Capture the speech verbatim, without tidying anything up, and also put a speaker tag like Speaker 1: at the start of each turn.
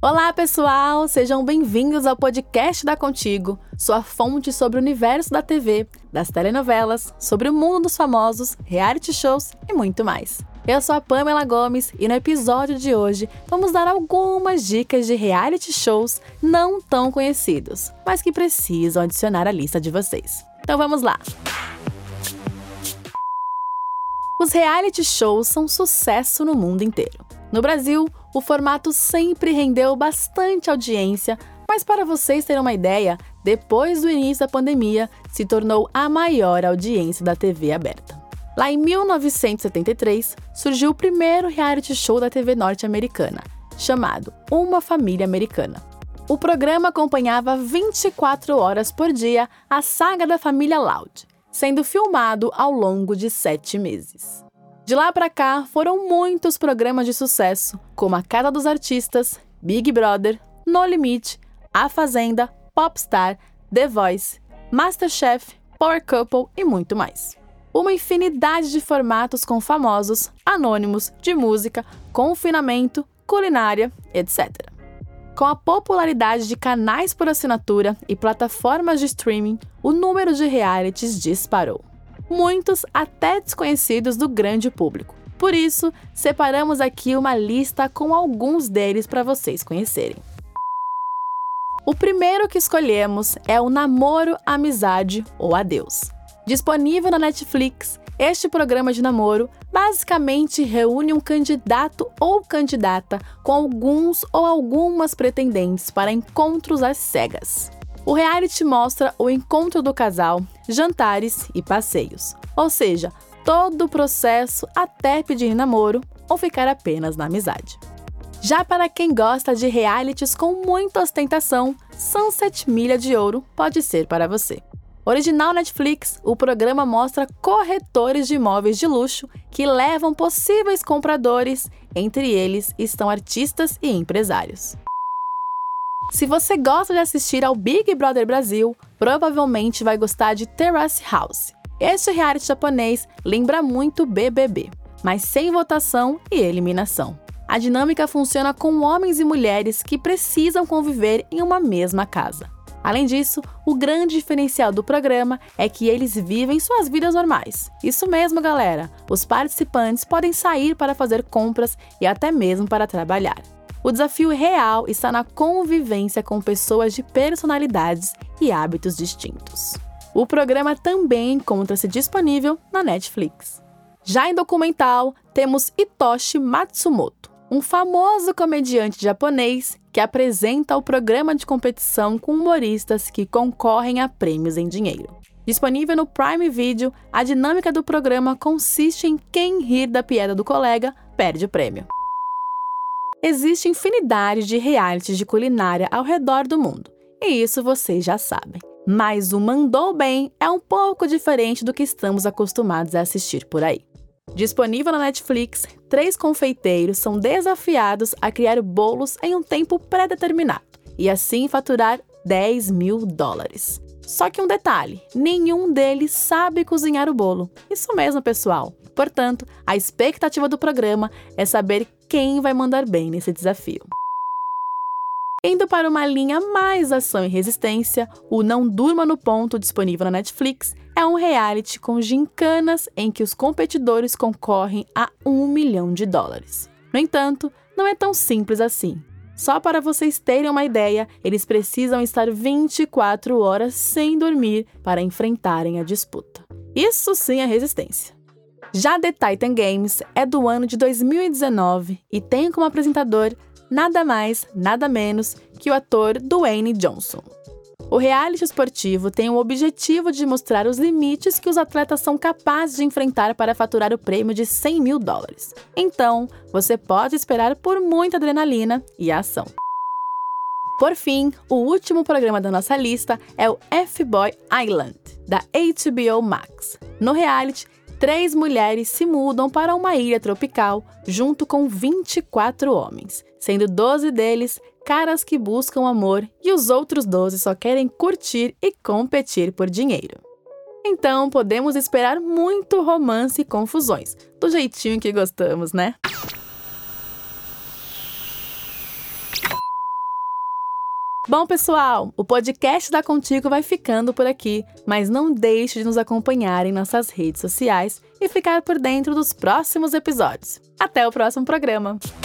Speaker 1: Olá, pessoal! Sejam bem-vindos ao podcast da Contigo, sua fonte sobre o universo da T V, das telenovelas, sobre o mundo dos famosos, reality shows e muito mais. Eu sou a Pamela Gomes e no episódio de hoje vamos dar algumas dicas de reality shows não tão conhecidos, mas que precisam adicionar à lista de vocês. Então vamos lá! Os reality shows são um sucesso no mundo inteiro. No Brasil, o formato sempre rendeu bastante audiência, mas para vocês terem uma ideia, depois do início da pandemia, se tornou a maior audiência da T V aberta. Lá em mil novecentos e setenta e três, surgiu o primeiro reality show da T V norte-americana, chamado Uma Família Americana. O programa acompanhava vinte e quatro horas por dia a saga da família Loud, sendo filmado ao longo de sete meses. De lá pra cá, foram muitos programas de sucesso, como A Casa dos Artistas, Big Brother, No Limite, A Fazenda, Popstar, The Voice, MasterChef, Power Couple e muito mais. Uma infinidade de formatos com famosos, anônimos, de música, confinamento, culinária, etcétera. Com a popularidade de canais por assinatura e plataformas de streaming, o número de realities disparou. Muitos até desconhecidos do grande público. Por isso, separamos aqui uma lista com alguns deles para vocês conhecerem. O primeiro que escolhemos é o Namoro, Amizade ou Adeus. Disponível na Netflix, este programa de namoro basicamente reúne um candidato ou candidata com alguns ou algumas pretendentes para encontros às cegas. O reality mostra o encontro do casal, jantares e passeios, ou seja, todo o processo até pedir namoro ou ficar apenas na amizade. Já para quem gosta de realities com muita ostentação, Sunset Milha de Ouro pode ser para você. Original Netflix, o programa mostra corretores de imóveis de luxo que levam possíveis compradores, entre eles estão artistas e empresários. Se você gosta de assistir ao Big Brother Brasil, provavelmente vai gostar de Terrace House. Este reality japonês lembra muito B B B, mas sem votação e eliminação. A dinâmica funciona com homens e mulheres que precisam conviver em uma mesma casa. Além disso, o grande diferencial do programa é que eles vivem suas vidas normais. Isso mesmo, galera! Os participantes podem sair para fazer compras e até mesmo para trabalhar. O desafio real está na convivência com pessoas de personalidades e hábitos distintos. O programa também encontra-se disponível na Netflix. Já em documental, temos Hitoshi Matsumoto, um famoso comediante japonês que apresenta o programa de competição com humoristas que concorrem a prêmios em dinheiro. Disponível no Prime Video, a dinâmica do programa consiste em quem rir da piada do colega perde o prêmio. Existe infinidade de realities de culinária ao redor do mundo, e isso vocês já sabem. Mas o Mandou Bem é um pouco diferente do que estamos acostumados a assistir por aí. Disponível na Netflix, três confeiteiros são desafiados a criar bolos em um tempo pré-determinado e assim faturar dez mil dólares. Só que um detalhe, nenhum deles sabe cozinhar o bolo. Isso mesmo, pessoal. Portanto, a expectativa do programa é saber quem vai mandar bem nesse desafio. Indo para uma linha mais ação e resistência, o Não Durma no Ponto, disponível na Netflix, é um reality com gincanas em que os competidores concorrem a um milhão de dólares. No entanto, não é tão simples assim. Só para vocês terem uma ideia, eles precisam estar vinte e quatro horas sem dormir para enfrentarem a disputa. Isso sim é resistência. Já The Titan Games é do ano de dois mil e dezenove e tem como apresentador nada mais, nada menos que o ator Dwayne Johnson. O reality esportivo tem o objetivo de mostrar os limites que os atletas são capazes de enfrentar para faturar o prêmio de cem mil dólares. Então, você pode esperar por muita adrenalina e ação. Por fim, o último programa da nossa lista é o F-Boy Island, da H B O Max. No reality, três mulheres se mudam para uma ilha tropical junto com vinte e quatro homens, sendo doze deles caras que buscam amor e os outros doze só querem curtir e competir por dinheiro. Então, podemos esperar muito romance e confusões, do jeitinho que gostamos, né? Bom, pessoal, o podcast da Contigo vai ficando por aqui, mas não deixe de nos acompanhar em nossas redes sociais e ficar por dentro dos próximos episódios. Até o próximo programa!